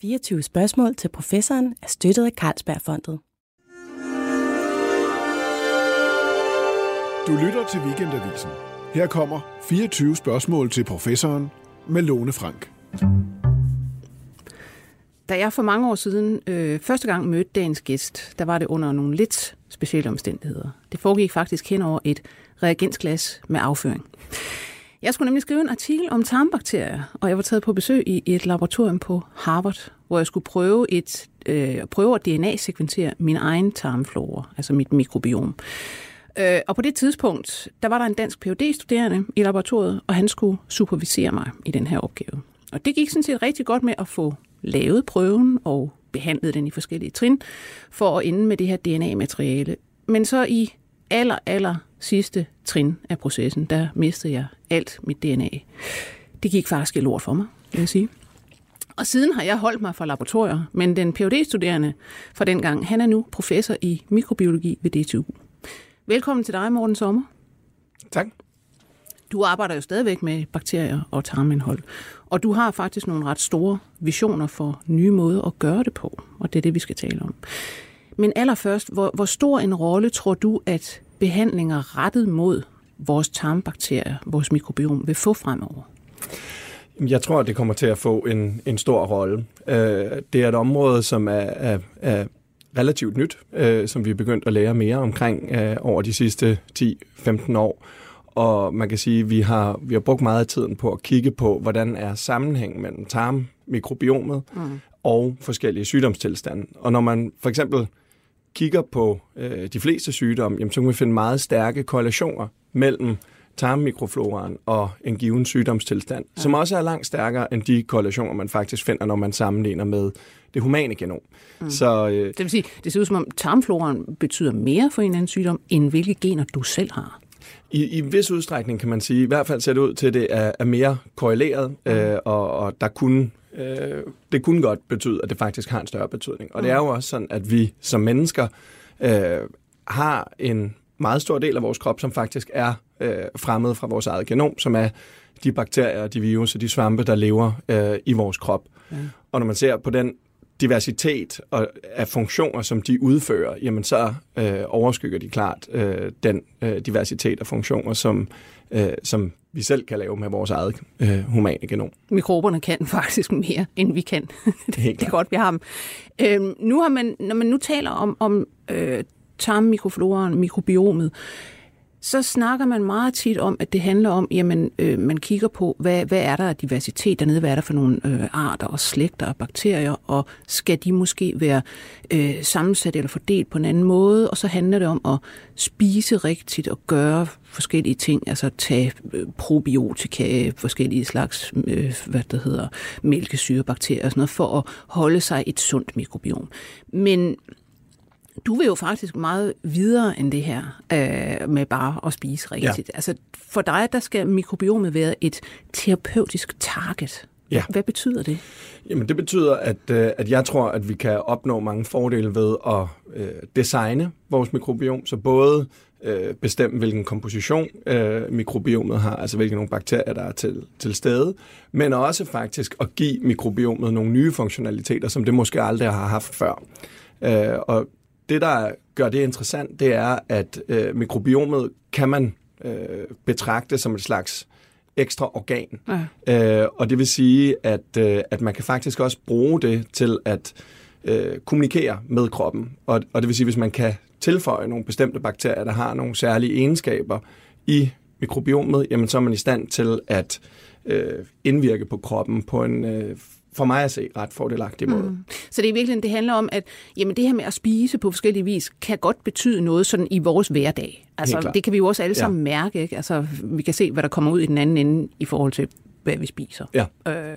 24 spørgsmål til professoren er støttet af Carlsbergfondet. Du lytter til Weekendavisen. Her kommer 24 spørgsmål til professoren med Lone Frank. Da jeg for mange år siden første gang mødte dagens gæst, der var det under nogle lidt specielle omstændigheder. Det foregik faktisk hen over et reagensglas med afføring. Jeg skulle nemlig skrive en artikel om tarmbakterier, og jeg var taget på besøg i et laboratorium på Harvard, hvor jeg skulle prøve at DNA-sekventere min egen tarmflora, altså mit mikrobiom. Og på det tidspunkt, der var der en dansk Ph.D.-studerende i laboratoriet, og han skulle supervisere mig i den her opgave. Og det gik sådan set rigtig godt med at få lavet prøven og behandlet den i forskellige trin, for at ende med det her DNA-materiale. Men så i aller sidste trin af processen, der mistede jeg alt mit DNA. Det gik faktisk lort for mig, vil jeg sige. Og siden har jeg holdt mig fra laboratorier, men den Ph.D.-studerende fra dengang, han er nu professor i mikrobiologi ved DTU. Velkommen til dig, Morten Sommer. Tak. Du arbejder jo stadigvæk med bakterier og tarmindhold, og du har faktisk nogle ret store visioner for nye måder at gøre det på, og det er det, vi skal tale om. Men allerførst, hvor stor en rolle tror du, at behandlinger rettet mod vores tarmbakterier, vores mikrobiom, vil få fremover? Jeg tror, at det kommer til at få en stor rolle. Det er et område, som er relativt nyt, som vi er begyndt at lære mere omkring over de sidste 10-15 år. Og man kan sige, at vi har brugt meget af tiden på at kigge på, hvordan er sammenhængen mellem tarmmikrobiomet og forskellige sygdomstilstande. Og når man for eksempel kigger på de fleste sygdomme, jamen, så kan vi finde meget stærke korrelationer mellem tarmmikrofloraen og en given sygdomstilstand, som også er langt stærkere end de korrelationer, man faktisk finder, når man sammenligner med det humane genom. Så, det vil sige, det ser ud som om tarmfloraen betyder mere for en eller anden sygdom, end hvilke gener du selv har. I vis udstrækning kan man sige, i hvert fald ser det ud til, at det er mere korreleret, og der kunne det kunne godt betyde, at det faktisk har en større betydning. Og det er jo også sådan, at vi som mennesker har en meget stor del af vores krop, som faktisk er fremmed fra vores eget genom, som er de bakterier, de virus og de svampe, der lever i vores krop. Ja. Og når man ser på den diversitet af funktioner, som de udfører, jamen så overskygger de klart den diversitet af funktioner, som vi selv kan lave med vores eget humane genom. Mikroberne kan faktisk mere, end vi kan. Det er godt, vi har dem. Når man nu taler om tarmmikroforen, mikrobiomet, så snakker man meget tit om, at det handler om, jamen, man kigger på, hvad er der af diversitet dernede, hvad er der for nogle arter og slægter og bakterier, og skal de måske være sammensat eller fordelt på en anden måde, og så handler det om at spise rigtigt og gøre forskellige ting, altså tage probiotika, forskellige slags, mælkesyrebakterier og sådan noget, for at holde sig et sundt mikrobiom. Men du vil jo faktisk meget videre end det her med bare at spise rigtigt. Ja. Altså for dig, der skal mikrobiomet være et terapeutisk target. Ja. Hvad betyder det? Jamen det betyder, at jeg tror, at vi kan opnå mange fordele ved at designe vores mikrobiom, så både bestemme, hvilken komposition mikrobiomet har, altså hvilke nogle bakterier, der er til stede, men også faktisk at give mikrobiomet nogle nye funktionaliteter, som det måske aldrig har haft før. Og det, der gør det interessant, det er, at mikrobiomet kan man betragte som et slags ekstra organ. Ja. Og det vil sige, at man kan faktisk også bruge det til at kommunikere med kroppen. Og det vil sige, hvis man kan tilføje nogle bestemte bakterier, der har nogle særlige egenskaber i mikrobiomet, jamen så er man i stand til at indvirke på kroppen på en for mig at se ret fordelagtig måde. Så det er virkelig, det handler om, at jamen, det her med at spise på forskellige vis kan godt betyde noget sådan i vores hverdag. Altså, det kan vi jo også alle sammen mærke, ikke? Altså, vi kan se, hvad der kommer ud i den anden ende i forhold til, hvad vi spiser. Ja.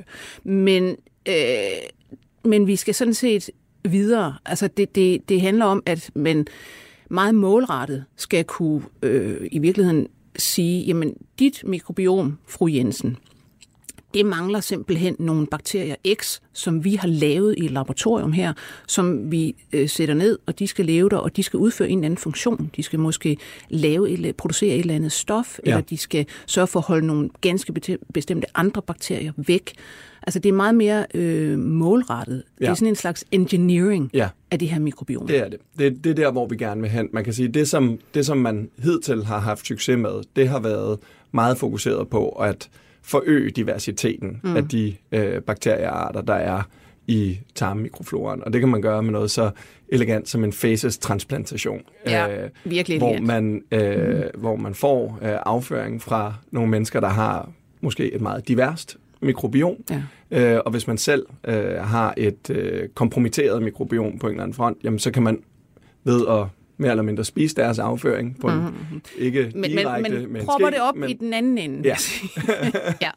Men vi skal sådan set videre. Altså, det handler om, at man meget målrettet skal kunne i virkeligheden sige, jamen, dit mikrobiom, fru Jensen, det mangler simpelthen nogle bakterier X, som vi har lavet i et laboratorium her, som vi sætter ned, og de skal leve der, og de skal udføre en eller anden funktion. De skal måske producere et eller andet stof, eller de skal sørge for at holde nogle ganske bestemte andre bakterier væk. Altså det er meget mere målrettet. Ja. Det er sådan en slags engineering af det her mikrobiom. Det er det. Det er der, hvor vi gerne vil hen. Man kan sige, det som man hidtil har haft succes med, det har været meget fokuseret på at forøge diversiteten af de bakteriearter, der er i tarmmikrofloraen. Og det kan man gøre med noget så elegant som en faces-transplantation. Ja, virkelig hvor man får afføring fra nogle mennesker, der har måske et meget diverst mikrobiom. Ja. Og hvis man selv har et kompromitteret mikrobiom på en eller anden front, jamen så kan man ved at mere eller mindre spise deres afføring på en ikke direkte med en ske. Propper det op i den anden ende. Ja. Ja.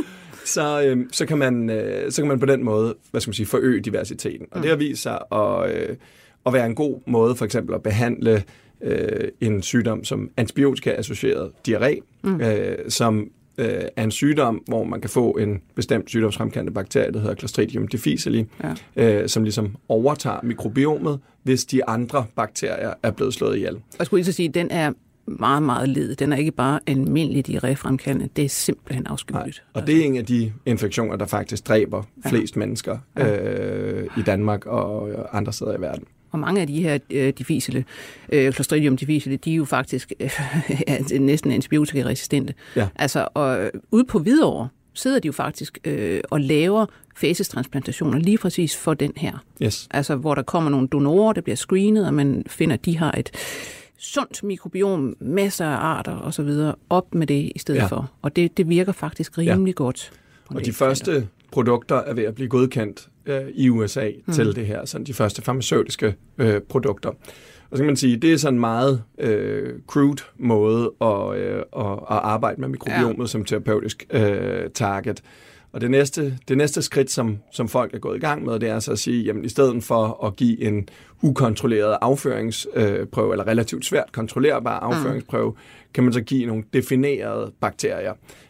Så kan man på den måde, forøge diversiteten. Og det har vist sig at være en god måde for eksempel at behandle en sygdom som antibiotika-associeret diarré, som er en sygdom, hvor man kan få en bestemt sygdomsfremkaldende bakterie, der hedder Clostridium difficile, som ligesom overtager mikrobiomet, hvis de andre bakterier er blevet slået ihjel. Jeg skulle lige sige, den er meget, meget led. Den er ikke bare almindelig diarréfremkaldende. Det er simpelthen afskyeligt. Og det er en af de infektioner, der faktisk dræber flest mennesker i Danmark og andre steder i verden. Og mange af de her difficile, Clostridium difficile, de er jo faktisk næsten antibiotikaresistente. Ja. Altså, og ude på Hvidovre sidder de jo faktisk og laver facestransplantationer lige præcis for den her. Yes. Altså, hvor der kommer nogle donorer, der bliver screenet, og man finder, at de har et sundt mikrobiom, masser af arter osv. op med det i stedet for. Og det virker faktisk rimelig godt. Og de første produkter er ved at blive godkendt i USA til det her, sådan de første farmaceutiske produkter. Og så kan man sige, det er sådan en meget crude måde at arbejde med mikrobiomet som terapeutisk target. Og det næste skridt, som folk er gået i gang med, det er så at sige, jamen i stedet for at give en ukontrolleret afføringsprøve, eller relativt svært kontrollerbar afføringsprøve, kan man så give nogle definerede bakterier,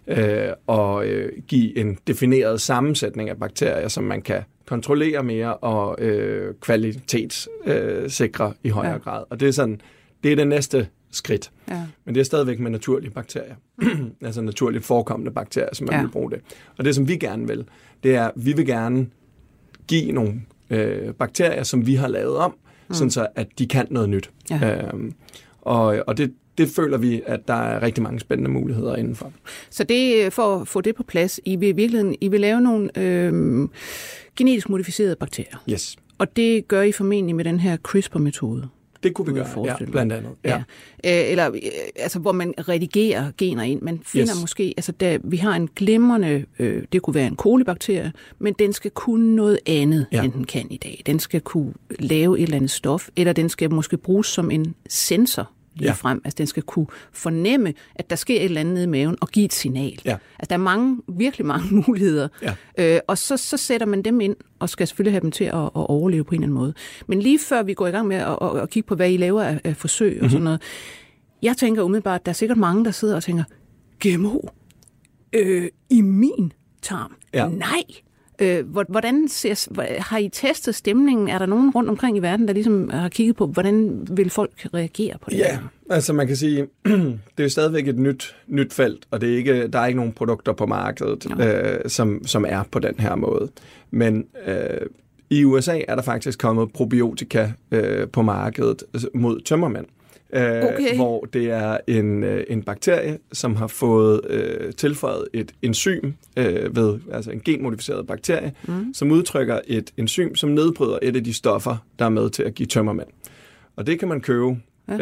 og give en defineret sammensætning af bakterier, som man kan kontrollere mere og kvalitetssikre i højere grad. Og det er det næste skridt. Ja. Men det er stadigvæk med naturlige bakterier. Altså naturligt forekommende bakterier, som man vil bruge det. Og det, som vi gerne vil, det er, vi vil gerne give nogle bakterier, som vi har lavet om, sådan så at de kan noget nyt. Ja. Og det føler vi, at der er rigtig mange spændende muligheder indenfor. Så det, for at få det på plads, I vil lave nogle genetisk modificerede bakterier. Yes. Og det gør I formentlig med den her CRISPR-metode. Det kunne vi gøre, blandt andet. Ja. Eller altså, hvor man redigerer gener ind. Man finder måske, altså vi har en glimrende, det kunne være en kolibakterie, men den skal kunne noget andet, end den kan i dag. Den skal kunne lave et eller andet stof, eller den skal måske bruges som en sensor frem. Altså den skal kunne fornemme, at der sker et eller andet nede i maven, og give et signal. Ja. Altså der er virkelig mange muligheder. Ja. Og så sætter man dem ind, og skal selvfølgelig have dem til at overleve på en eller anden måde. Men lige før vi går i gang med at kigge på, hvad I laver af forsøg og sådan noget, jeg tænker umiddelbart, at der er sikkert mange, der sidder og tænker, GMO i min tarm? Ja. Nej! Hvordan har I testet stemningen? Er der nogen rundt omkring i verden, der ligesom har kigget på, hvordan vil folk reagere på det? Ja, altså man kan sige, det er jo stadigvæk et nyt felt, og der er ikke nogen produkter på markedet, som er på den her måde. Men i USA er der faktisk kommet probiotika på markedet mod tømmermænd. Hvor det er en bakterie, som har fået tilføjet et enzym altså en genmodificeret bakterie, som udtrykker et enzym, som nedbryder et af de stoffer, der er med til at give tømmermænd. Og det kan man købe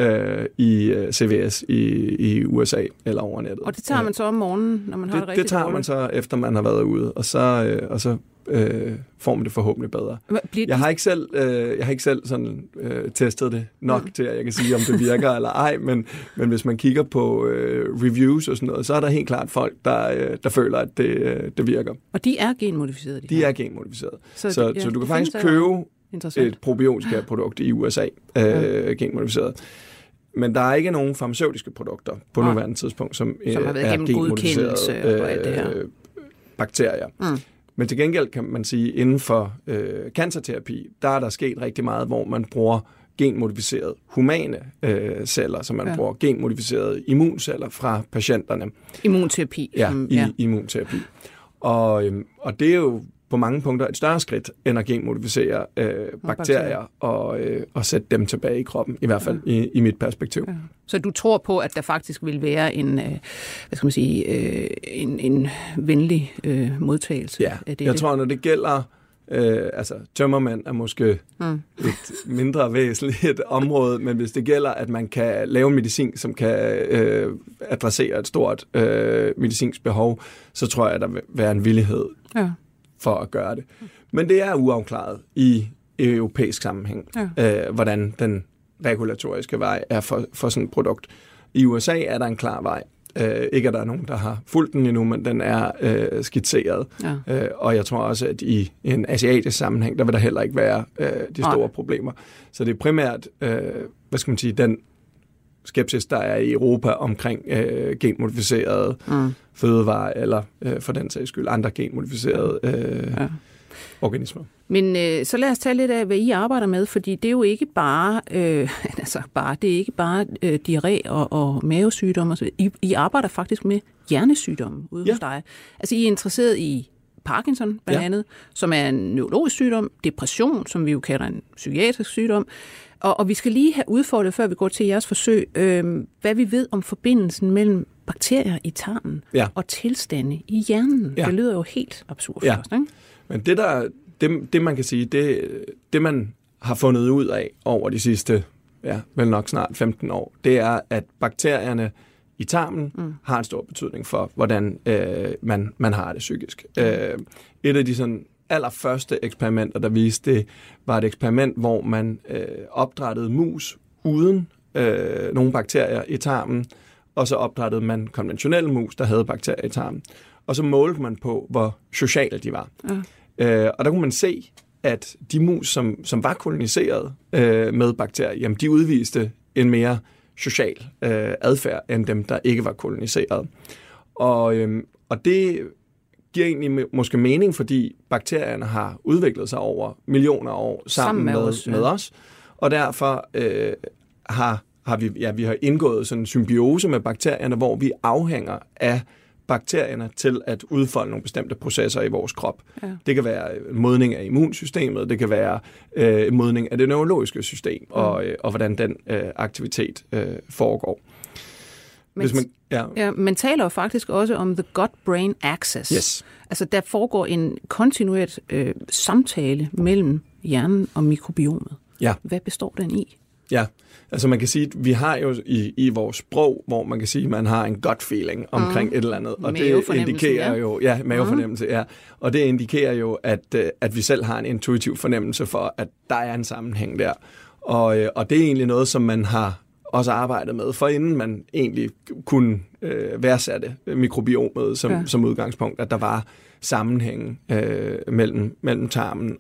i CVS i USA eller over nettet. Og det tager man så om morgenen, når man har det rigtig det tager man så, efter man har været ude, og så får man det forhåbentlig bedre. Jeg har ikke selv sådan testet det nok til, at jeg kan sige, om det virker eller ej, men hvis man kigger på reviews og sådan noget, så er der helt klart folk, der føler, at det virker. Og de er genmodificerede? De er genmodificerede. Så du kan faktisk købe et probiotika-produkt i USA, genmodificeret. Men der er ikke nogen farmaceutiske produkter på nuværende tidspunkt, som har været gennem godkendelse og alt det her. bakterier. Men til gengæld kan man sige, inden for cancerterapi, der er der sket rigtig meget, hvor man bruger genmodificerede humane celler, så man bruger genmodificerede immunceller fra patienterne. Immunterapi. Immunterapi. Og det er jo på mange punkter et større skridt, end at genmodificere bakterier og sætte dem tilbage i kroppen, i hvert fald i mit perspektiv. Ja. Så du tror på, at der faktisk vil være en venlig modtagelse af det? Jeg tror, når det gælder tømmermænd er måske et mindre væsentligt område, men hvis det gælder, at man kan lave medicin, som kan adressere et stort medicinsk behov, så tror jeg, at der vil være en villighed for at gøre det. Men det er uafklaret i europæisk sammenhæng, hvordan den regulatoriske vej er for sådan et produkt. I USA er der en klar vej. Ikke at der er nogen, der har fulgt den endnu, men den er skitseret. Ja. Og jeg tror også, at i en asiatisk sammenhæng, der vil der heller ikke være de store problemer. Så det er primært, den skepsis, der er i Europa omkring genmodificerede fødevarer, eller for den sags skyld andre genmodificerede organismer. Men så lad os tale lidt af, hvad I arbejder med, fordi det er jo ikke bare, diarré og mavesygdomme. I arbejder faktisk med hjernesygdomme ude hos dig. Altså I er interesseret i Parkinson blandt andet, som er en neurologisk sygdom, depression, som vi jo kalder en psykiatrisk sygdom. Og vi skal lige have udfordret, før vi går til jeres forsøg, hvad vi ved om forbindelsen mellem bakterier i tarmen og tilstande i hjernen. Ja. Det lyder jo helt absurd først, ikke? Men det man kan sige, det man har fundet ud af over de sidste, vel nok snart 15 år, det er, at bakterierne i tarmen har en stor betydning for, hvordan man har det psykisk. Et af de sådan allerførste eksperimenter, der viste det, var et eksperiment, hvor man opdrættede mus uden nogle bakterier i tarmen, og så opdrættede man konventionelle mus, der havde bakterier i tarmen. Og så målte man på, hvor sociale de var. Og der kunne man se, at de mus, som var koloniseret med bakterier, jamen de udviste en mere social adfærd, end dem, der ikke var koloniseret. Og det giver egentlig måske mening, fordi bakterierne har udviklet sig over millioner af år sammen med os. Og derfor har vi har indgået sådan en symbiose med bakterierne, hvor vi afhænger af bakterierne til at udfolde nogle bestemte processer i vores krop. Ja. Det kan være modning af immunsystemet, det kan være modning af det neurologiske system, og hvordan den aktivitet foregår. Man taler jo faktisk også om the gut-brain axis. Yes. Altså, der foregår en kontinuert samtale mellem hjernen og mikrobiomet. Ja. Hvad består den i? Ja, altså man kan sige, at vi har jo i vores sprog, hvor man kan sige, at man har en gut feeling omkring et eller andet. Og det indikerer jo, mavefornemmelse, og det indikerer jo, at vi selv har en intuitiv fornemmelse for, at der er en sammenhæng der. Og det er egentlig noget, som man har også arbejdet med, for inden man egentlig kunne værdsætte mikrobiomet som udgangspunkt, at der var sammenhængen mellem tarmen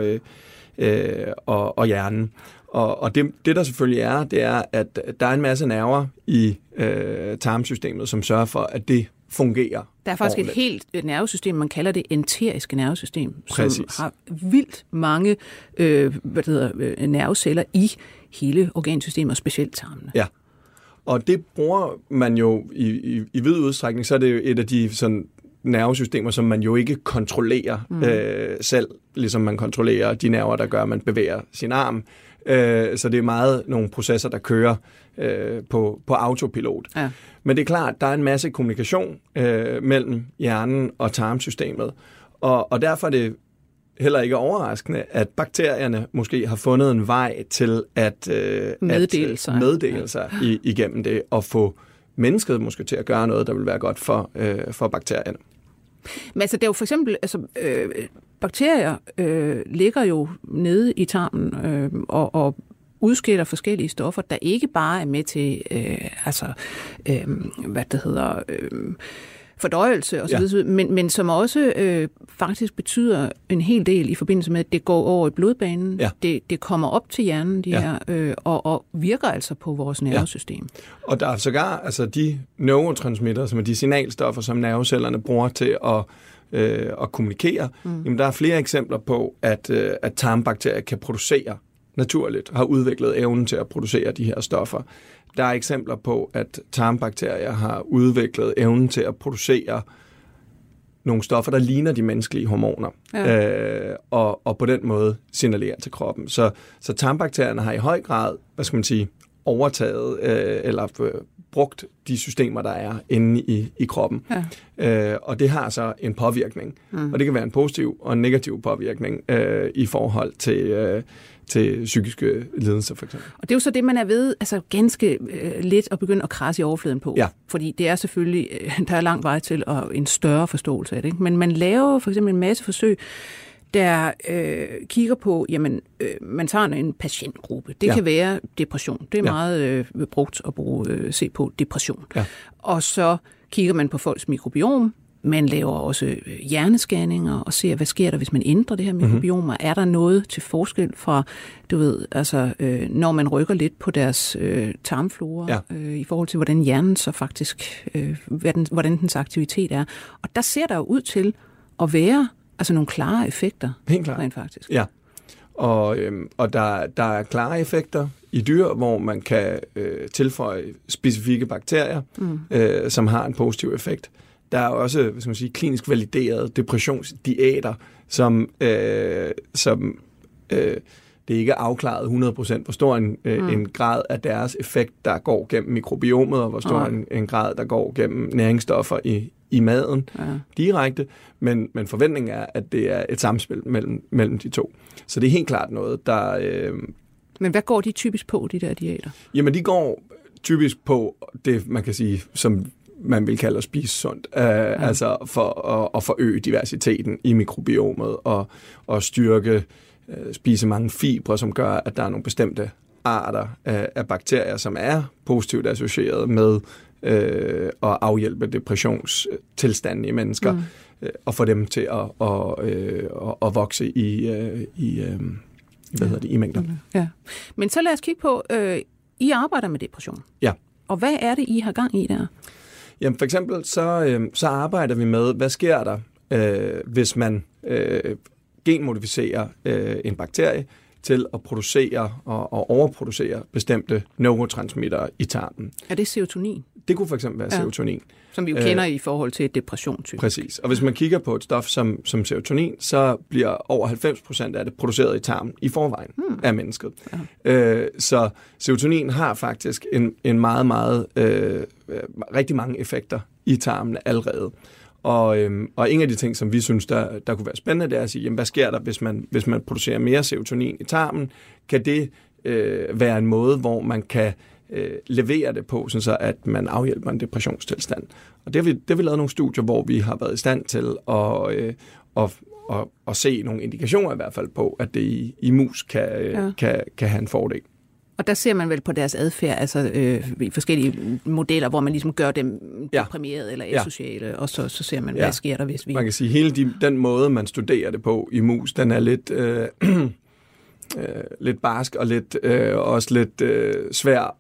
og hjernen. Og det der selvfølgelig det er, at der er en masse nerver i tarmsystemet, som sørger for, at det fungerer. Der er faktisk et helt nervesystem, man kalder det enteriske nervesystem, som har vildt mange nerveceller i hele organsystemet, og specielt tarmene. Ja, og det bruger man jo i vid udstrækning, så er det jo et af de sådan nervesystemer, som man jo ikke kontrollerer selv, ligesom man kontrollerer de nerver, der gør, at man bevæger sin arm. Så det er meget nogle processer, der kører på autopilot. Ja. Men det er klart, der er en masse kommunikation mellem hjernen og tarmsystemet, og derfor er det heller ikke overraskende, at bakterierne måske har fundet en vej til at meddele sig igennem det, og få mennesket måske til at gøre noget, der vil være godt for bakterierne. Men altså, det er jo for eksempel, bakterier ligger jo nede i tarmen og udskiller forskellige stoffer, der ikke bare er med til fordøjelse og så videre, men som også faktisk betyder en hel del i forbindelse med, at det går over i blodbanen. Ja. Det kommer op til hjernen, og virker altså på vores nervesystem. Ja. Og der er sågar de neurotransmitter, som er de signalstoffer, som nervecellerne bruger til at og kommunikere, jamen der er flere eksempler på, at tarmbakterier kan producere naturligt, har udviklet evnen til at producere de her stoffer. Der er eksempler på, at tarmbakterier har udviklet evnen til at producere nogle stoffer, der ligner de menneskelige hormoner, og på den måde signalerer til kroppen. Så tarmbakterierne har i høj grad, overtaget eller brugt de systemer, der er inde i kroppen. Ja. Og det har så en påvirkning. Og det kan være en positiv og en negativ påvirkning i forhold til psykiske lidelser, for eksempel. Og det er jo så det, man er ved ganske let at begynde at krasse i overfladen på. Ja. Fordi det er selvfølgelig, der er lang vej til en større forståelse af det. Ikke? Men man laver for eksempel en masse forsøg, der kigger på, man tager en patientgruppe. Det kan være depression. Det er meget brugt at se på depression. Ja. Og så kigger man på folks mikrobiom. Man laver også hjernescanninger og ser, hvad sker der, hvis man ændrer det her mikrobiom. Er der noget til forskel fra, når man rykker lidt på deres tarmflora, i forhold til, hvordan hjernen så faktisk, hvordan dens aktivitet er. Og der ser der jo ud til at være nogle klare effekter. Helt klart. Rent faktisk. Ja, og der er klare effekter i dyr, hvor man kan tilføje specifikke bakterier, som har en positiv effekt. Der er også, klinisk validerede depressionsdiæter, som det ikke er afklaret 100%, hvor stor en grad af deres effekt, der går gennem mikrobiomet, og hvor stor en grad, der går gennem næringsstoffer i maden direkte. Men forventningen er, at det er et samspil mellem de to. Så det er helt klart noget, der... Men hvad går de typisk på, de der diæter? Jamen, de går typisk på det, man kan sige, som man vil kalde at spise sundt. Altså for at forøge diversiteten i mikrobiomet og styrke, spise mange fibre, som gør, at der er nogle bestemte arter af bakterier, som er positivt associeret med at afhjælpe depressionstilstanden i mennesker, og få dem til at vokse i mængder. Ja. Men så lad os kigge på, I arbejder med depression. Ja. Og hvad er det, I har gang i der? Jamen for eksempel så arbejder vi med, hvad sker der, hvis man genmodificerer en bakterie til at producere og overproducere bestemte neurotransmittere i tarmen. Er det serotonin? Det kunne for eksempel være serotonin. Som vi jo kender i forhold til depression typisk. Præcis. Og hvis man kigger på et stof som serotonin, så bliver over 90% af det produceret i tarmen i forvejen af mennesket. Ja. Så serotonin har faktisk en meget, meget rigtig mange effekter i tarmen allerede. Og en af de ting, som vi synes, der kunne være spændende, det er at sige, jamen, hvad sker der, hvis man producerer mere serotonin i tarmen? Kan det være en måde, hvor man kan levere det på, sådan så at man afhjælper en depressionstilstand? Og det har vi lavet nogle studier, hvor vi har været i stand til at se nogle indikationer i hvert fald på, at det i mus kan have en fordel. Og der ser man vel på deres adfærd, i forskellige modeller, hvor man ligesom gør dem deprimerede eller asociale, og så ser man, hvad sker der, hvis vi... Man kan sige, hele den måde, man studerer det på i mus, den er lidt, lidt barsk og også lidt svær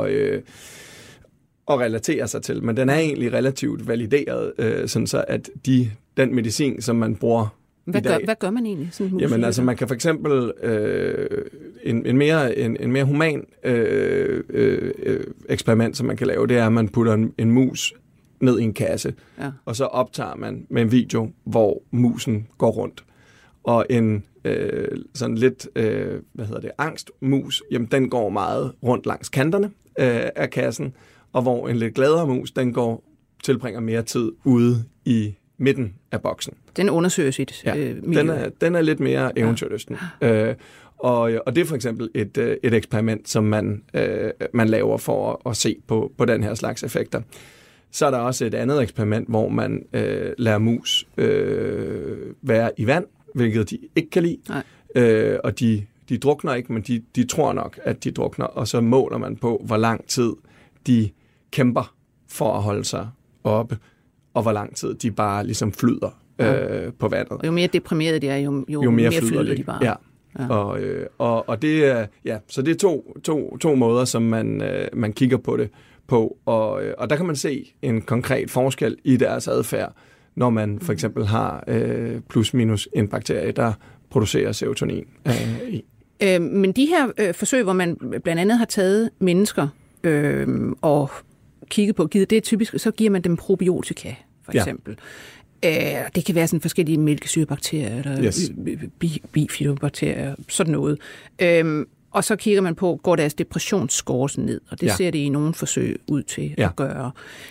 at relatere sig til. Men den er egentlig relativt valideret, sådan så at den medicin, som man bruger Hvad gør man egentlig? Jamen altså, man kan for eksempel en mere human eksperiment, som man kan lave, det er, at man putter en mus ned i en kasse, og så optager man med en video, hvor musen går rundt. Og en sådan lidt, angstmus, jamen den går meget rundt langs kanterne af kassen, og hvor en lidt gladere mus, den tilbringer mere tid ude i midten af boksen. Den undersøger sit miljø. Den er lidt mere eventyrlysten. Og det er for eksempel et eksperiment, som man laver for at se på den her slags effekter. Så er der også et andet eksperiment, hvor man lader mus være i vand, hvilket de ikke kan lide. Og de drukner ikke, men de tror nok, at de drukner. Og så måler man på, hvor lang tid de kæmper for at holde sig oppe, og hvor lang tid de bare ligesom flyder på vandet. Jo mere deprimeret de er, jo mere flyder de bare. Ja. Og det er så det er to måder, som man kigger på det på, og der kan man se en konkret forskel i deres adfærd, når man for eksempel har plus minus en bakterie, der producerer serotonin i. Men de her forsøg, hvor man blandt andet har taget mennesker og kigget på, det er typisk, så giver man dem probiotika, for eksempel. Ja. Det kan være sådan forskellige mælkesyrebakterier, eller bifidobakterier, sådan noget. Og så kigger man på, går deres depressionsscore ned, og det ser det i nogle forsøg ud til at gøre.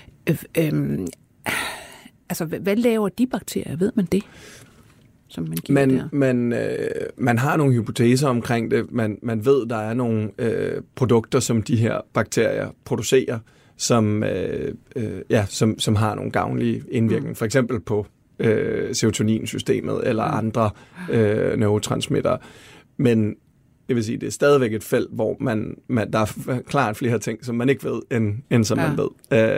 Altså, hvad laver de bakterier? Ved man det? Som man har nogle hypoteser omkring det. Man ved, der er nogle produkter, som de her bakterier producerer, som har nogle gavnlige indvirkninger. For eksempel på serotoninsystemet eller andre neurotransmittere. Men jeg vil sige, det er stadigvæk et felt, hvor der er klart flere ting, som man ikke ved, end som man ved.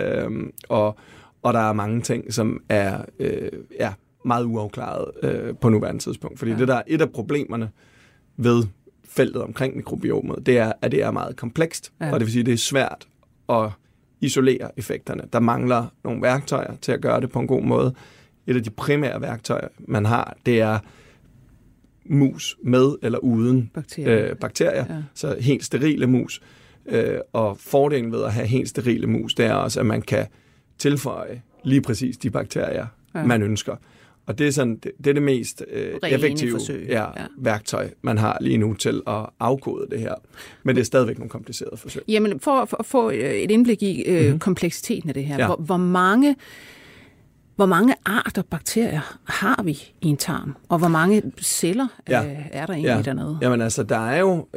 Og der er mange ting, som er meget uafklaret på nuværende tidspunkt. Fordi det der er et af problemerne ved feltet omkring mikrobiomet, det er, at det er meget komplekst, og det vil sige, at det er svært at isolere effekterne. Der mangler nogle værktøjer til at gøre det på en god måde. Et af de primære værktøjer, man har, det er mus med eller uden bakterier. Så helt sterile mus. Og fordelen ved at have helt sterile mus, det er også, at man kan tilføje lige præcis de bakterier, man ønsker. Og det er sådan, det er det mest effektive værktøj, man har lige nu til at afkode det her. Men det er stadigvæk nogle komplicerede forsøg. Jamen, for at få et indblik i kompleksiteten af det her, hvor mange arter bakterier har vi i en tarm? Og hvor mange celler er der egentlig dernede? Jamen altså, der er jo...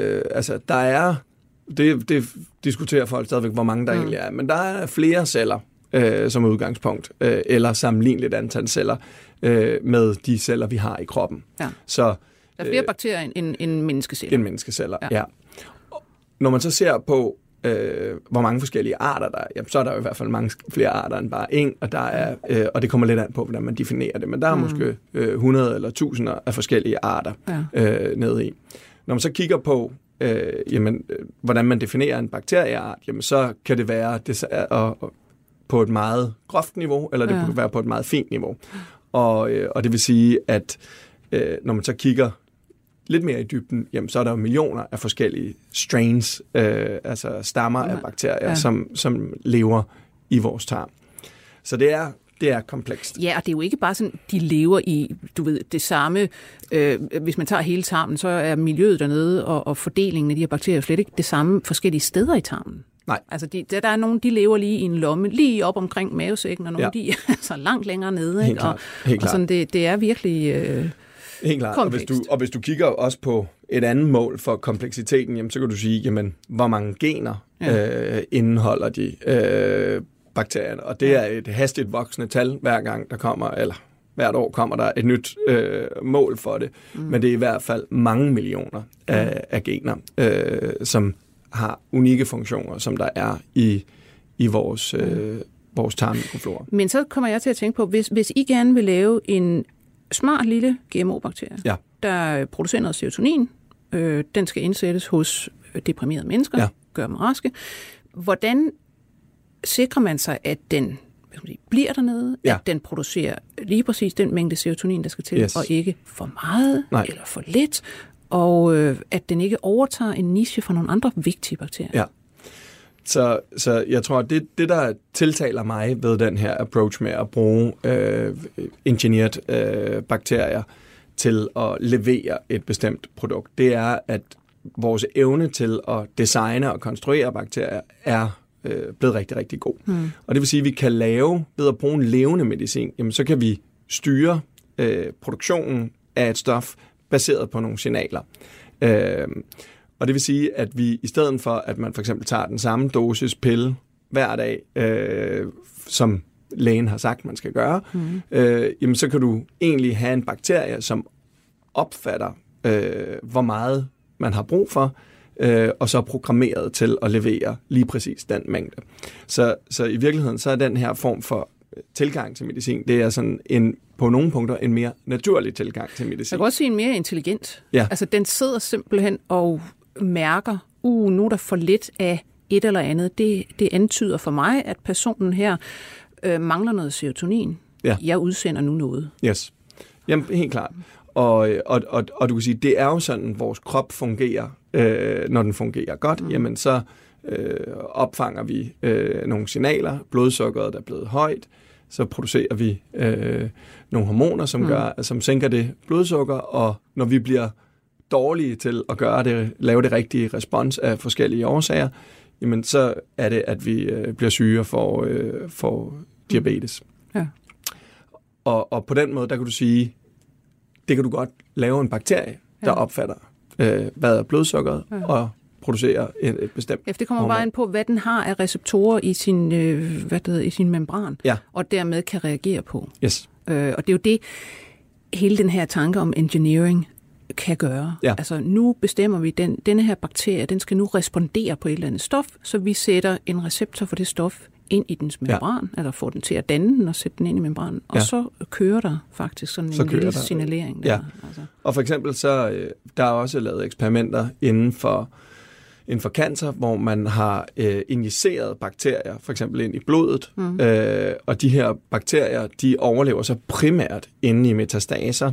det diskuterer folk stadigvæk, hvor mange der egentlig er. Men der er flere celler som udgangspunkt, eller sammenligneligt antal celler med de celler, vi har i kroppen. Ja. Så, der er flere bakterier end menneskeceller. End menneskeceller, ja. Når man så ser på, hvor mange forskellige arter der er, jamen, så er der jo i hvert fald mange flere arter end bare en, og, der er, og det kommer lidt an på, hvordan man definerer det. Men der er måske 100 eller 1000 af forskellige arter nede i. Når man så kigger på, hvordan man definerer en bakterieart, jamen, så kan det være på et meget groft niveau, eller det kan være på et meget fint niveau. Og det vil sige, at når man så kigger lidt mere i dybden, jamen, så er der jo millioner af forskellige strains, altså stammer af bakterier, som lever i vores tarm. Så det er komplekst. Ja, og det er jo ikke bare sådan, de lever i, det samme. Hvis man tager hele tarmen, så er miljøet dernede og fordelingen af de her bakterier slet ikke det samme forskellige steder i tarmen. Nej. Altså, der er nogen, de lever lige i en lomme, lige op omkring mavesækken, og nogle de er altså langt længere nede. Helt klart. Og sådan, det er virkelig helt klart. Og hvis du kigger også på et andet mål for kompleksiteten, jamen, så kan du sige, jamen, hvor mange gener indeholder de bakterierne. Og det er et hastigt voksende tal hver gang, der kommer, eller hvert år kommer der et nyt mål for det. Men det er i hvert fald mange millioner af gener, som har unikke funktioner, som der er i vores tarmmikroflora. Men så kommer jeg til at tænke på, hvis I gerne vil lave en smart lille GMO-bakterie, der producerer noget serotonin, den skal indsættes hos deprimerede mennesker, gør dem raske. Hvordan sikrer man sig, at den bliver dernede, at den producerer lige præcis den mængde serotonin, der skal til, og ikke for meget eller for lidt, og at den ikke overtager en niche fra nogle andre vigtige bakterier? Ja. Så jeg tror, at det der tiltaler mig ved den her approach med at bruge engineered bakterier til at levere et bestemt produkt, det er, at vores evne til at designe og konstruere bakterier er blevet rigtig, rigtig god. Og det vil sige, at vi kan lave, ved at bruge en levende medicin, jamen, så kan vi styre produktionen af et stof baseret på nogle signaler. Og det vil sige, at vi i stedet for, at man for eksempel tager den samme dosis pille hver dag, som lægen har sagt, man skal gøre, jamen, så kan du egentlig have en bakterie, som opfatter, hvor meget man har brug for, og så er programmeret til at levere lige præcis den mængde. Så i virkeligheden, så er den her form for tilgang til medicin, det er sådan på nogle punkter en mere naturlig tilgang til medicin. Jeg kan også sige en mere intelligent. Ja. Altså, den sidder simpelthen og mærker, nu er der for lidt af et eller andet. Det antyder for mig, at personen her mangler noget serotonin. jeg udsender nu noget. Yes. Jamen, helt klart. Og du kan sige, det er jo sådan, vores krop fungerer, når den fungerer godt, jamen så opfanger vi nogle signaler, blodsukkeret der er blevet højt, så producerer vi nogle hormoner, som sænker det blodsukker, og når vi bliver dårlige til at lave det rigtige respons af forskellige årsager, jamen så er det, at vi bliver syge og får diabetes. Ja. Og på den måde, der kan du sige, det kan du godt lave en bakterie, der opfatter, hvad er blodsukkeret, og producerer et bestemt det kommer hormon. Bare ind på, hvad den har af receptorer i sin membran, og dermed kan reagere på. Yes. Og det er jo det, hele den her tanke om engineering kan gøre. Ja. Altså nu bestemmer vi, denne her bakterie, den skal nu respondere på et eller andet stof, så vi sætter en receptor for det stof ind i dens membran, eller får den til at danne den og sætte den ind i membranen, og så kører der faktisk sådan en lille signalering der. Ja. Altså. Og for eksempel så, der er også lavet eksperimenter inden for cancer, hvor man har injiceret bakterier, for eksempel ind i blodet, og de her bakterier, de overlever så primært inde i metastaser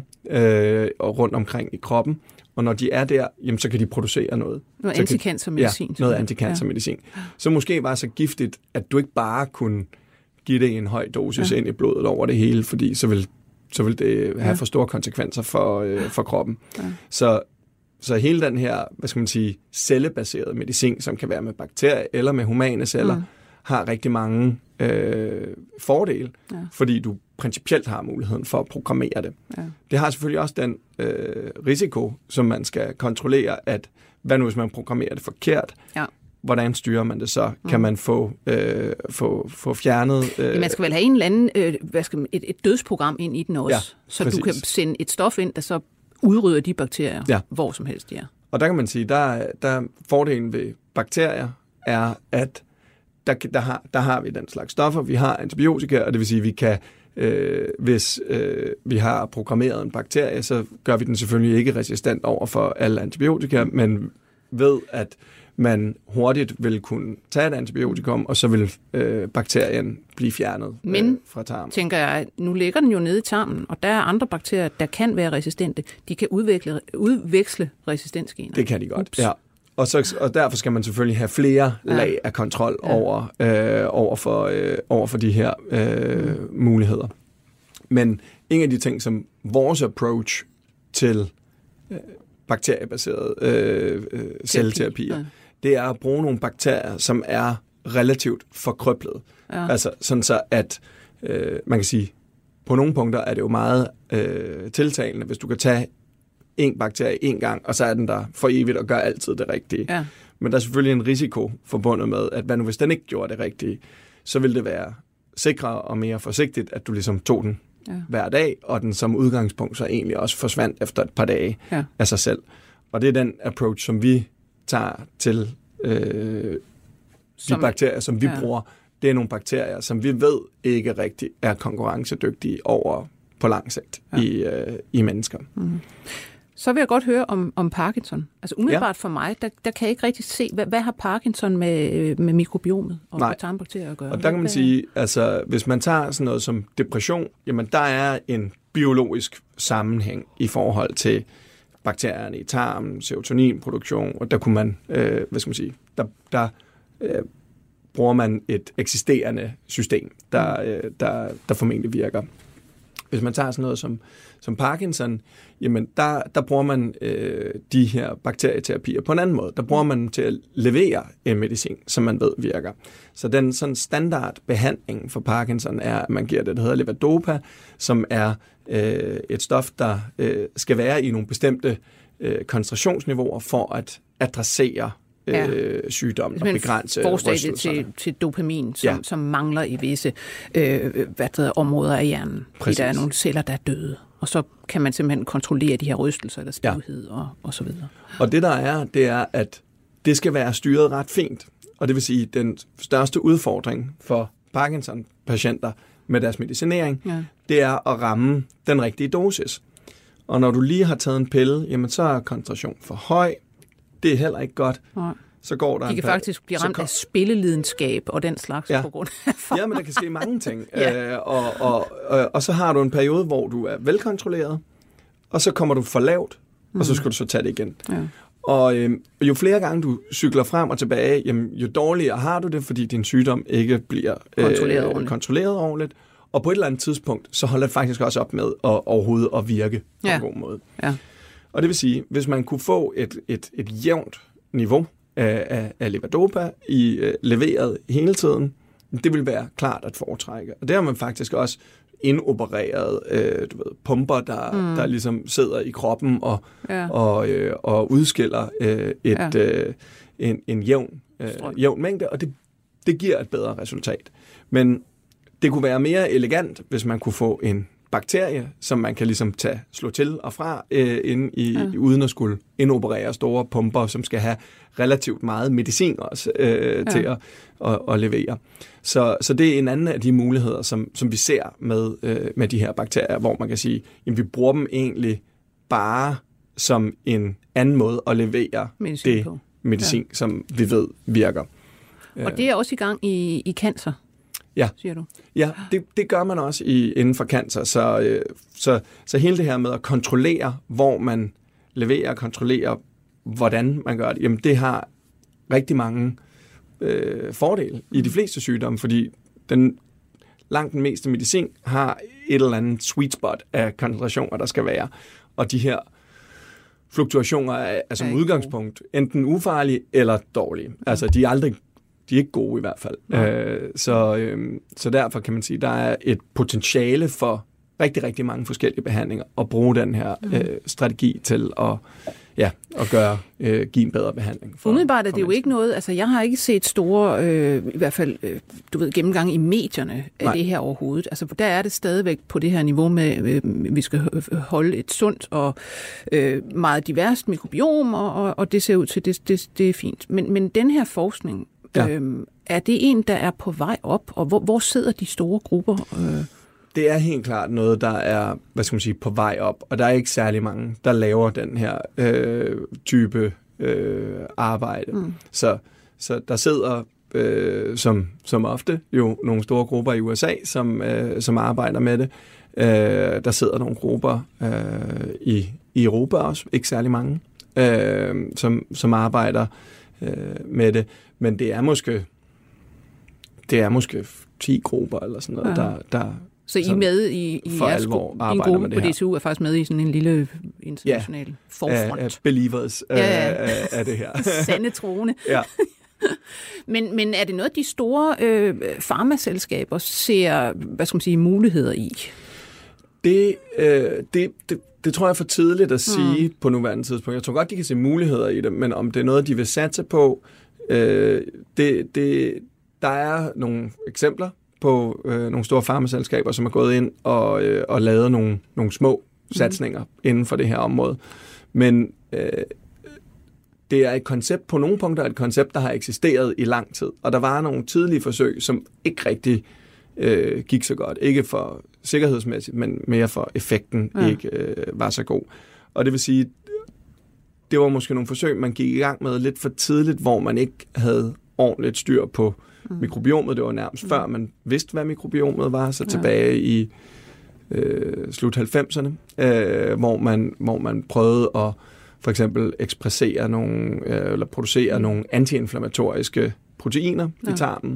og rundt omkring i kroppen, og når de er der, jamen, så kan de producere noget. Noget anticancermedicin. Ja, noget anticancermedicin. Så måske var så giftigt, at du ikke bare kunne give det en høj dosis ind i blodet over det hele, fordi så vil det have for store konsekvenser for kroppen. Ja. Så hele den her, hvad skal man sige, cellebaserede medicin, som kan være med bakterier eller med humane celler, har rigtig mange fordele, fordi du principielt har muligheden for at programmere det. Ja. Det har selvfølgelig også den risiko, som man skal kontrollere, at hvad nu hvis man programmerer det forkert? Ja. Hvordan styrer man det så? Kan man få fjernet... Man skal vel have en eller anden, et dødsprogram ind i den også, så præcis. Du kan sende et stof ind, der så udrydder de bakterier, hvor som helst de er. Og der kan man sige, der fordelen ved bakterier er, at der har vi den slags stoffer. Vi har antibiotika, og det vil sige, at vi kan, hvis vi har programmeret en bakterie, så gør vi den selvfølgelig ikke resistent over for alle antibiotika, men ved, at man hurtigt vil kunne tage et antibiotikum, og så vil bakterien blive fjernet fra tarmen. Men, tænker jeg, nu ligger den jo nede i tarmen, og der er andre bakterier, der kan være resistente. De kan udveksle resistensgener. Det kan de godt, ja. Og derfor skal man selvfølgelig have flere lag af kontrol over for de her muligheder. Men en af de ting, som vores approach til bakteriebaserede celleterapier, det er at bruge nogle bakterier, som er relativt forkrøblet. Ja. Altså sådan så, at man kan sige, på nogle punkter er det jo meget tiltalende, hvis du kan tage en bakterie en gang, og så er den der for evigt og gør altid det rigtige. Ja. Men der er selvfølgelig en risiko forbundet med, at hvad nu hvis den ikke gjorde det rigtige, så vil det være sikrere og mere forsigtigt, at du ligesom tog den hver dag, og den som udgangspunkt så egentlig også forsvandt efter et par dage af sig selv. Og det er den approach, som vi tager til de bakterier, som vi bruger. Det er nogle bakterier, som vi ved ikke rigtig er konkurrencedygtige over på lang sigt i mennesker. Mm. Så vil jeg godt høre om Parkinson. Altså umiddelbart for mig, der kan jeg ikke rigtig se, hvad har Parkinson med mikrobiomet og tarmbakterier at gøre? Og der kan man sige, altså hvis man tager sådan noget som depression, jamen der er en biologisk sammenhæng i forhold til bakterierne i tarmen, serotoninproduktion, og der kunne man, der bruger man et eksisterende system, der formentlig virker. Hvis man tager sådan noget som Parkinson, jamen der bruger man de her bakterieterapier på en anden måde. Der bruger man til at levere en medicin, som man ved virker. Så den sådan standardbehandling for Parkinson er, at man giver det, der hedder levodopa, som er et stof, der skal være i nogle bestemte koncentrationsniveauer for at adressere sygdommen og begrænse rystelserne. Til dopamin, som mangler i visse områder af hjernen. Præcis. Der er nogle celler, der er døde. Og så kan man simpelthen kontrollere de her rystelser eller stivhed og så videre. Og det der er, det er, at det skal være styret ret fint. Og det vil sige, at den største udfordring for Parkinson-patienter med deres medicinering, det er at ramme den rigtige dosis. Og når du lige har taget en pille, jamen så er koncentration for høj. Det er heller ikke godt. Så går der de kan faktisk blive ramt af spillelidenskab og den slags på grund af Ja, men der kan ske mange ting. Og så har du en periode, hvor du er velkontrolleret, og så kommer du for lavt, og så skal du så tage det igen. Ja. Og jo flere gange du cykler frem og tilbage, jamen, jo dårligere har du det, fordi din sygdom ikke bliver kontrolleret ordentligt. Og på et eller andet tidspunkt, så holder det faktisk også op med at overhovedet at virke på en god måde. Ja. Og det vil sige, hvis man kunne få et jævnt niveau af levodopa leveret hele tiden, det vil være klart at foretrække. Og det har man faktisk også indopereret pumper, der ligesom sidder i kroppen og udskiller en jævn mængde, og det giver et bedre resultat. Men det kunne være mere elegant, hvis man kunne få en bakterie, som man kan ligesom slå til og fra, uden at skulle indoperere store pumper, som skal have relativt meget medicin også til at levere. Så det er en anden af de muligheder, som vi ser med de her bakterier, hvor man kan sige, at vi bruger dem egentlig bare som en anden måde at levere medicin som vi ved virker. Og det er også i gang i cancer. Ja, siger du? Ja, det gør man også inden for cancer. Så hele det her med at kontrollere, hvor man leverer, kontrollere, hvordan man gør det, jamen det har rigtig mange fordele i de fleste sygdomme, fordi langt den meste medicin har et eller andet sweet spot af koncentrationer, der skal være. Og de her fluktuationer er som udgangspunkt enten ufarlige eller dårlige. Altså de er ikke gode i hvert fald. Så derfor kan man sige, at der er et potentiale for rigtig, rigtig mange forskellige behandlinger at bruge den her strategi til at give en bedre behandling. Umiddelbart er det jo ikke noget, altså jeg har ikke set store, i hvert fald, gennemgang i medierne af det her overhovedet. Altså der er det stadigvæk på det her niveau med, vi skal holde et sundt og meget diverst mikrobiom, og det ser ud til, det er fint. Men den her forskning, er det en, der er på vej op, og hvor sidder de store grupper? Det er helt klart noget, der er, på vej op, og der er ikke særlig mange, der laver den her type arbejde. Så der sidder som ofte jo nogle store grupper i USA, som arbejder med det. Der sidder nogle grupper i Europa også, ikke særlig mange, som arbejder med det. Men det er måske 10 grupper eller sådan noget, der så I er med i jeres en gruppe på DTU er faktisk med i sådan en lille international forfront. Believers af det her. Sande troende. Ja. Men er det noget, de store farmaselskaber ser, muligheder i? Det tror jeg er for tidligt at sige på nuværende tidspunkt. Jeg tror godt, de kan se muligheder i det, men om det er noget, de vil satse på, der er nogle eksempler på nogle store farmaselskaber, som er gået ind og lavet nogle små satsninger inden for det her område. Men det er et koncept, på nogle punkter et koncept, der har eksisteret i lang tid. Og der var nogle tidlige forsøg, som ikke rigtig gik så godt. Ikke for sikkerhedsmæssigt, men mere for effekten ikke var så god. Og det vil sige, det var måske nogle forsøg, man gik i gang med lidt for tidligt, hvor man ikke havde ordentligt styr på mikrobiomet. Det var nærmest før man vidste, hvad mikrobiomet var, så tilbage i slut 90'erne, hvor man prøvede at for eksempel ekspressere eller producere nogle antiinflammatoriske proteiner i tarmen.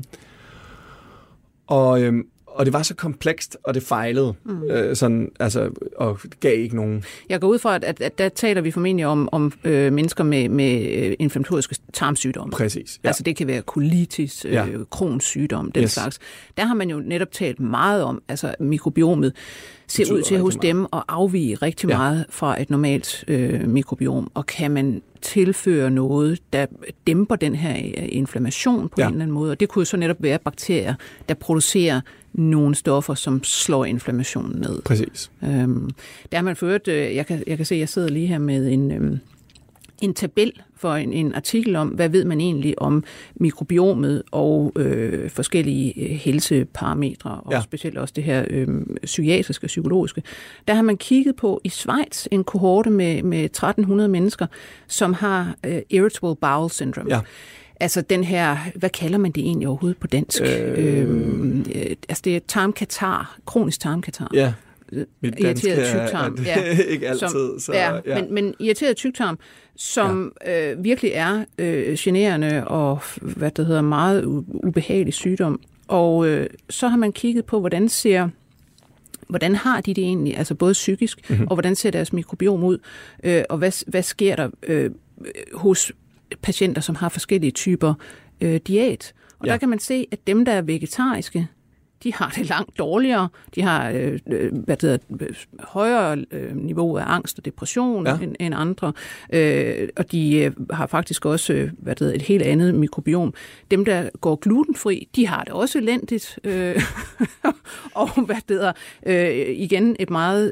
Og det var så komplekst, og det fejlede, og gav ikke nogen. Jeg går ud fra, at der taler vi formentlig om mennesker med inflammatoriske tarmsygdomme. Præcis. Ja. Altså det kan være colitis, Crohns sygdom, den slags. Der har man jo netop talt meget om, altså mikrobiomet ser ud til hos dem at afvige rigtig meget fra et normalt mikrobiom, og kan man tilføre noget, der dæmper den her inflammation på en eller anden måde, og det kunne så netop være bakterier, der producerer nogle stoffer, som slår inflammationen ned. Præcis. Der har man ført, jeg kan se, at jeg sidder lige her med en tabel for en artikel om, hvad ved man egentlig om mikrobiomet og forskellige helseparametre, og specielt også det her psykiatriske og psykologiske. Der har man kigget på i Schweiz en kohorte med 1300 mennesker, som har irritable bowel syndrome. Ja. Altså den her, hvad kalder man det egentlig overhovedet på dansk? Altså det er tarmkatar, kronisk tarmkatar. Ja. Irriteret tyktarm. Ikke altid. Men irriteret tyktarm, som virkelig er generende og meget ubehagelig sygdom. Og så har man kigget på, hvordan har de det egentlig, altså både psykisk, og hvordan ser deres mikrobiom ud, og hvad sker der hos patienter, som har forskellige typer diæt. Og der kan man se, at dem, der er vegetariske, de har det langt dårligere. De har højere niveau af angst og depression end andre. Og de har faktisk også et helt andet mikrobiom. Dem, der går glutenfri, de har det også elendigt. Og igen et meget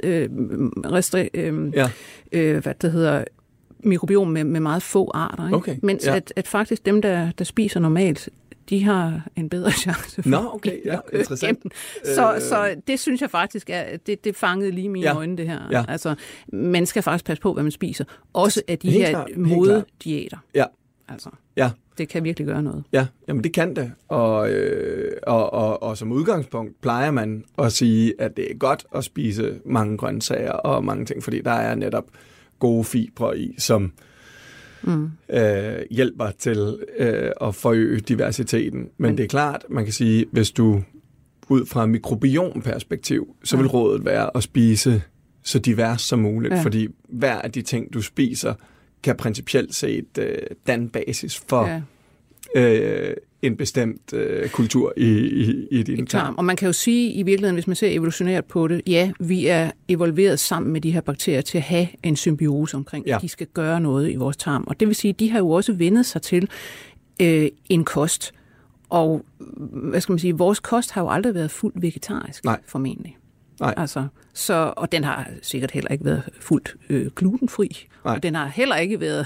mikrobiom med meget få arter. Ikke? Okay. Mens at faktisk dem, der spiser normalt, de har en bedre chance for interessant. Så det synes jeg faktisk er, det fangede lige mine øjne, det her. Ja. Altså, man skal faktisk passe på, hvad man spiser. Også af de her modediæter. Ja. Altså, det kan virkelig gøre noget. Ja, jamen det kan det. Og som udgangspunkt plejer man at sige, at det er godt at spise mange grøntsager og mange ting, fordi der er netop gode fibre i, som hjælper til at forøge diversiteten. Men det er klart, man kan sige, hvis du ud fra mikrobiomperspektiv, så vil rådet være at spise så divers som muligt, fordi hver af de ting, du spiser, kan principielt set danne basis for en bestemt kultur i din tarm. Og man kan jo sige i virkeligheden, hvis man ser evolutionært på det, vi er evolveret sammen med de her bakterier til at have en symbiose omkring, at de skal gøre noget i vores tarm. Og det vil sige, at de har jo også vendet sig til en kost. Og hvad skal man sige, vores kost har jo aldrig været fuldt vegetarisk, formentlig. Nej. Altså, og den har sikkert heller ikke været fuldt glutenfri. Nej. Og den har heller ikke været,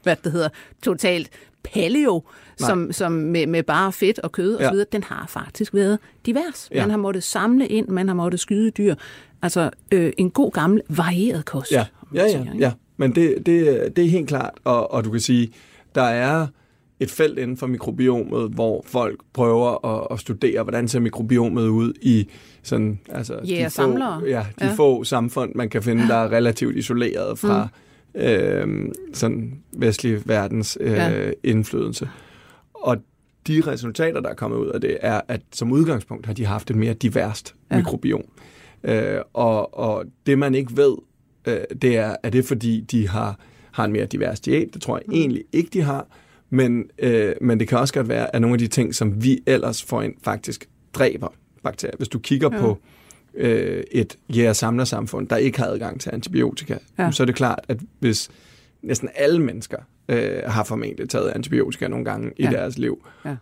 totalt paleo, som med bare fedt og kød og så videre. Den har faktisk været divers. Man har måttet samle ind, man har måttet skyde dyr. Altså en god gammel varieret kost. Ja. Men det er helt klart, og du kan sige, der er et felt inden for mikrobiomet, hvor folk prøver at studere, hvordan ser mikrobiomet ud i sådan, altså de få samfund, man kan finde, der er relativt isoleret fra sådan vestlig verdens indflydelse. Og de resultater, der er kommet ud af det, er, at som udgangspunkt har de haft et mere diverst mikrobiom. Og det, man ikke ved, det er det fordi de har en mere divers diæt? Det tror jeg egentlig ikke, de har. Men det kan også godt være, at nogle af de ting, som vi ellers får ind, faktisk dræber bakterier. Hvis du kigger på et jæger-samler-samfund, der ikke har adgang til antibiotika, så er det klart, at hvis næsten alle mennesker har formentlig taget antibiotika nogle gange i deres liv,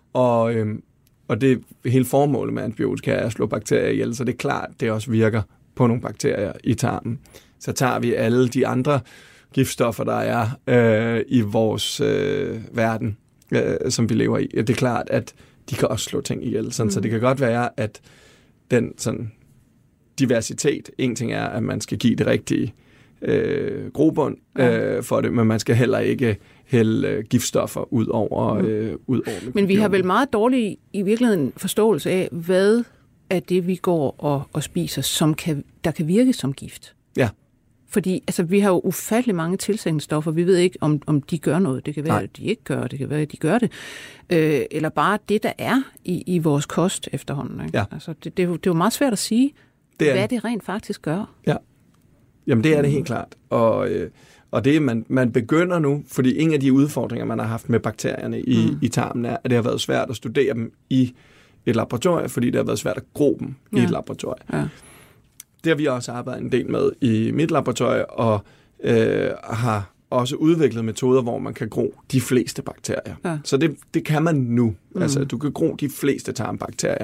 og det hele formålet med antibiotika er at slå bakterier ihjel, så det er klart, det også virker på nogle bakterier i tarmen. Så tager vi alle de andre giftstoffer, der er i vores verden, som vi lever i. Det er klart, at de kan også slå ting ihjel. Så det kan godt være, at den sådan diversitet, en ting er, at man skal give det rigtige grobund for det, men man skal heller ikke hælde giftstoffer ud over Men vi har vel meget dårlig i virkeligheden forståelse af, hvad er det, vi går og spiser, der kan virke som gift. Ja. Fordi altså, vi har jo ufattelig mange tilsætningsstoffer. Vi ved ikke, om de gør noget. Det kan være, at de ikke gør. Det kan være, at de gør det. Eller bare det, der er i vores kost efterhånden. Ikke? Ja. Altså, det er jo meget svært at sige, hvad det rent faktisk gør. Ja. Jamen, det er det helt klart. Og det man begynder nu, fordi en af de udfordringer, man har haft med bakterierne i tarmen, er, at det har været svært at studere dem i et laboratorium, fordi det har været svært at gro dem i et laboratorium. Ja. Det har vi også arbejdet en del med i mit laboratorium, og har også udviklet metoder, hvor man kan gro de fleste bakterier. Ja. Så det kan man nu. Altså, du kan gro de fleste tarmbakterier.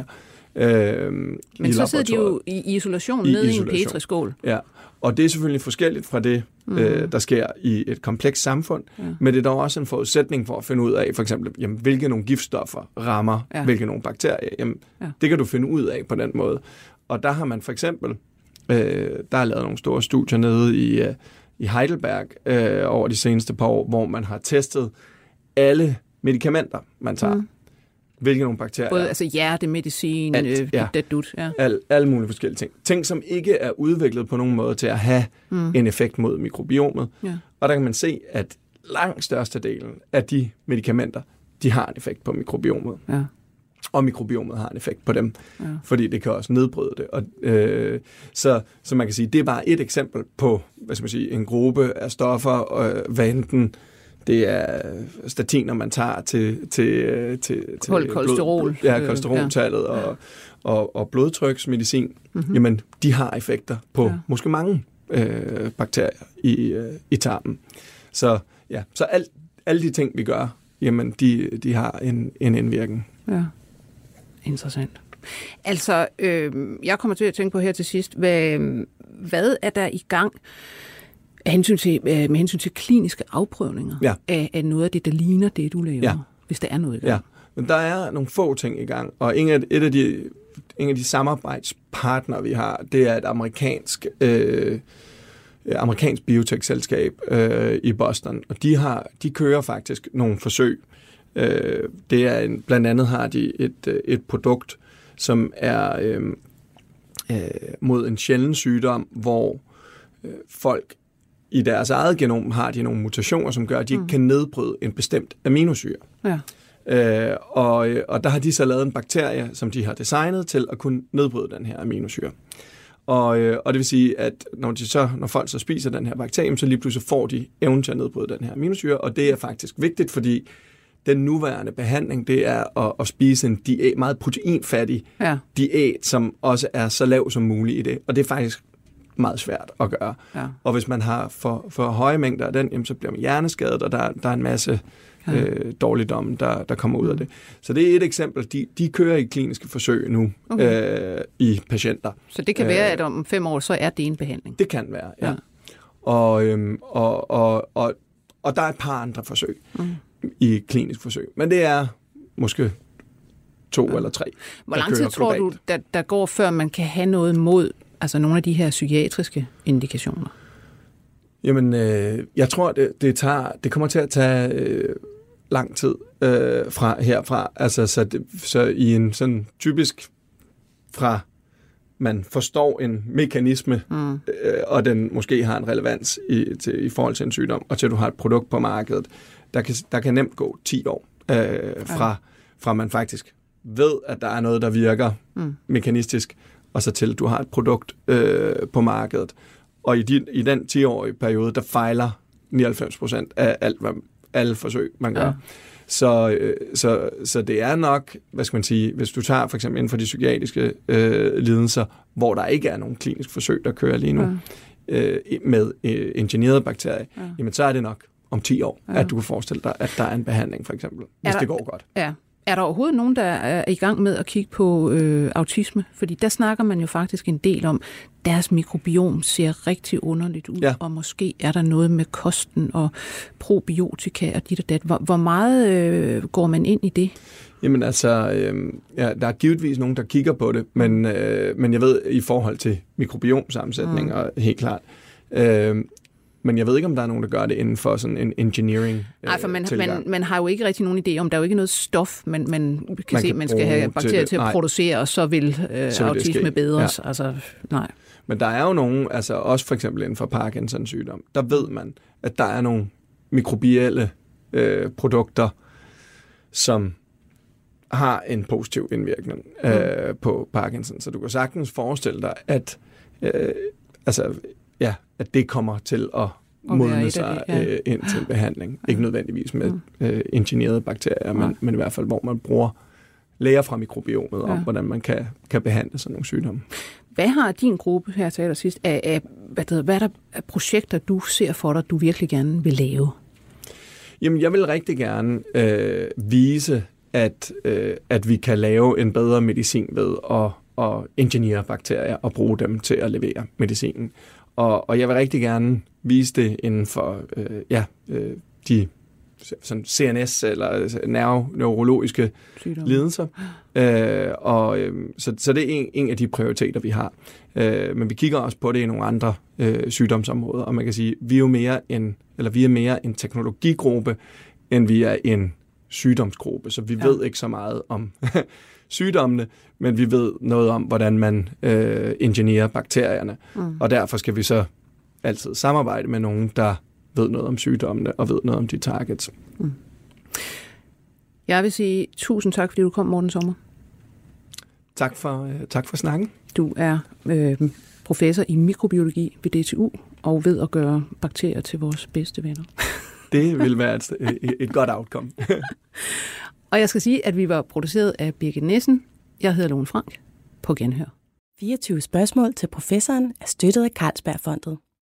Men så sidder de jo i isolation nede i en petriskål. Ja, og det er selvfølgelig forskelligt fra det, der sker i et komplekst samfund, men det er dog også en forudsætning for at finde ud af, for eksempel, jamen, hvilke nogle giftstoffer rammer, hvilke nogle bakterier. Jamen, det kan du finde ud af på den måde. Og der har man for eksempel, der er lavet nogle store studier nede i Heidelberg over de seneste par år, hvor man har testet alle medicamenter, man tager. Hvilke nogle bakterier. Både altså hjertemedicin, alle mulige forskellige ting. Ting, som ikke er udviklet på nogen måde til at have en effekt mod mikrobiomet. Ja. Og der kan man se, at langt størstedelen af de medicamenter, de har en effekt på mikrobiomet. Ja. Og mikrobiomet har en effekt på dem, fordi det kan også nedbryde det. Og, så man kan sige, det er bare et eksempel på, hvad skal man sige, en gruppe af stoffer, hvad enten det er statiner, man tager til kolesterol. Kolesteroltallet og blodtryksmedicin. Jamen, de har effekter på måske mange bakterier i tarmen. Så alle de ting, vi gør, jamen, de har en indvirkning. Ja, interessant. Altså, jeg kommer til at tænke på her til sidst, hvad er der i gang med hensyn til kliniske afprøvninger af noget af det, der ligner det, du laver, hvis der er noget i gang? Ja, men der er nogle få ting i gang, og en af de samarbejdspartnere, vi har, det er et amerikansk biotech-selskab i Boston, og de kører faktisk nogle forsøg. Det er blandt andet har de et produkt, som er mod en sjælden sygdom, hvor folk i deres eget genom har de nogle mutationer, som gør, at de ikke kan nedbryde en bestemt aminosyre. Ja. Og der har de så lavet en bakterie, som de har designet til at kunne nedbryde den her aminosyre. Og det vil sige, at når folk så spiser den her bakterie, så lige pludselig får de evnen til at nedbryde den her aminosyre, og det er faktisk vigtigt, fordi den nuværende behandling, det er at spise en meget proteinfattig diæt, som også er så lav som muligt i det. Og det er faktisk meget svært at gøre. Ja. Og hvis man har for høje mængder af den, jamen, så bliver man hjerneskadet, og der er en masse dårligdomme, der kommer ud af det. Så det er et eksempel. De kører i kliniske forsøg nu i patienter. Så det kan være, at om 5 år, så er det en behandling? Det kan være, ja. Og der er et par andre forsøg i klinisk forsøg. Men det er måske 2 eller 3. Hvor lang tid tror du, der går, før man kan have noget mod altså nogle af de her psykiatriske indikationer? Jamen, jeg tror, det kommer til at tage lang tid herfra. Altså, så i en sådan typisk fra man forstår en mekanisme, og den måske har en relevans i forhold til en sygdom, og til du har et produkt på markedet, der kan nemt gå 10 år fra man faktisk ved, at der er noget, der virker mekanistisk, og så til du har et produkt på markedet. Og i den 10-årige periode, der fejler 99% af alle forsøg, man gør. Ja. Så det er nok, hvad skal man sige, hvis du tager for eksempel inden for de psykiatriske lidelser, hvor der ikke er nogen klinisk forsøg, der kører lige nu, med injinerede bakterier, jamen så er det nok om 10 år, at du kan forestille dig, at der er en behandling, for eksempel, hvis det går godt. Ja. Er der overhovedet nogen, der er i gang med at kigge på autisme? Fordi der snakker man jo faktisk en del om, deres mikrobiom ser rigtig underligt ud, og måske er der noget med kosten og probiotika og dit og dat. Hvor meget går man ind i det? Jamen altså, der er givetvis nogen, der kigger på det, men jeg ved i forhold til mikrobiomsammensætning, og helt klart, men jeg ved ikke, om der er nogen, der gør det inden for sådan en engineering. Nej, for man har jo ikke rigtig nogen idé om, der er jo ikke noget stof, man kan se, at man skal have bakterier til at producere, og så vil autisme bedres. Ja. Altså, nej. Men der er jo nogen, altså også for eksempel inden for Parkinsons sygdom, der ved man, at der er nogle mikrobielle produkter, som har en positiv indvirkning på Parkinson. Så du kan sagtens forestille dig, at at det kommer til at modne sig ind til behandling. Ikke nødvendigvis med injinerede bakterier, men i hvert fald, hvor man bruger læger fra mikrobiomet om, hvordan man kan behandle sådan nogle sygdomme. Hvad har din gruppe her til allersidst hvad er der af projekter, du ser for dig, du virkelig gerne vil lave? Jamen, jeg vil rigtig gerne vise at vi kan lave en bedre medicin ved at engineere bakterier og bruge dem til at levere medicinen. Og jeg vil rigtig gerne vise det inden for de sådan CNS eller neurologiske lidelser. Så det er en af de prioriteter, vi har. Men vi kigger også på det i nogle andre sygdomsområder, og man kan sige, vi er mere en teknologigruppe, end vi er en sygdomsgruppe, så vi ved ikke så meget om sygdommene, men vi ved noget om, hvordan man engineerer bakterierne. Og derfor skal vi så altid samarbejde med nogen, der ved noget om sygdommene og ved noget om de targets. Jeg vil sige tusind tak, fordi du kom, Morten Sommer. Tak for snakken. Du er professor i mikrobiologi ved DTU og ved at gøre bakterier til vores bedste venner. Det vil være et godt outcome. Og jeg skal sige, at vi var produceret af Birgit Nissen. Jeg hedder Lone Frank. På genhør. 24 spørgsmål til professoren er støttet af Carlsbergfondet.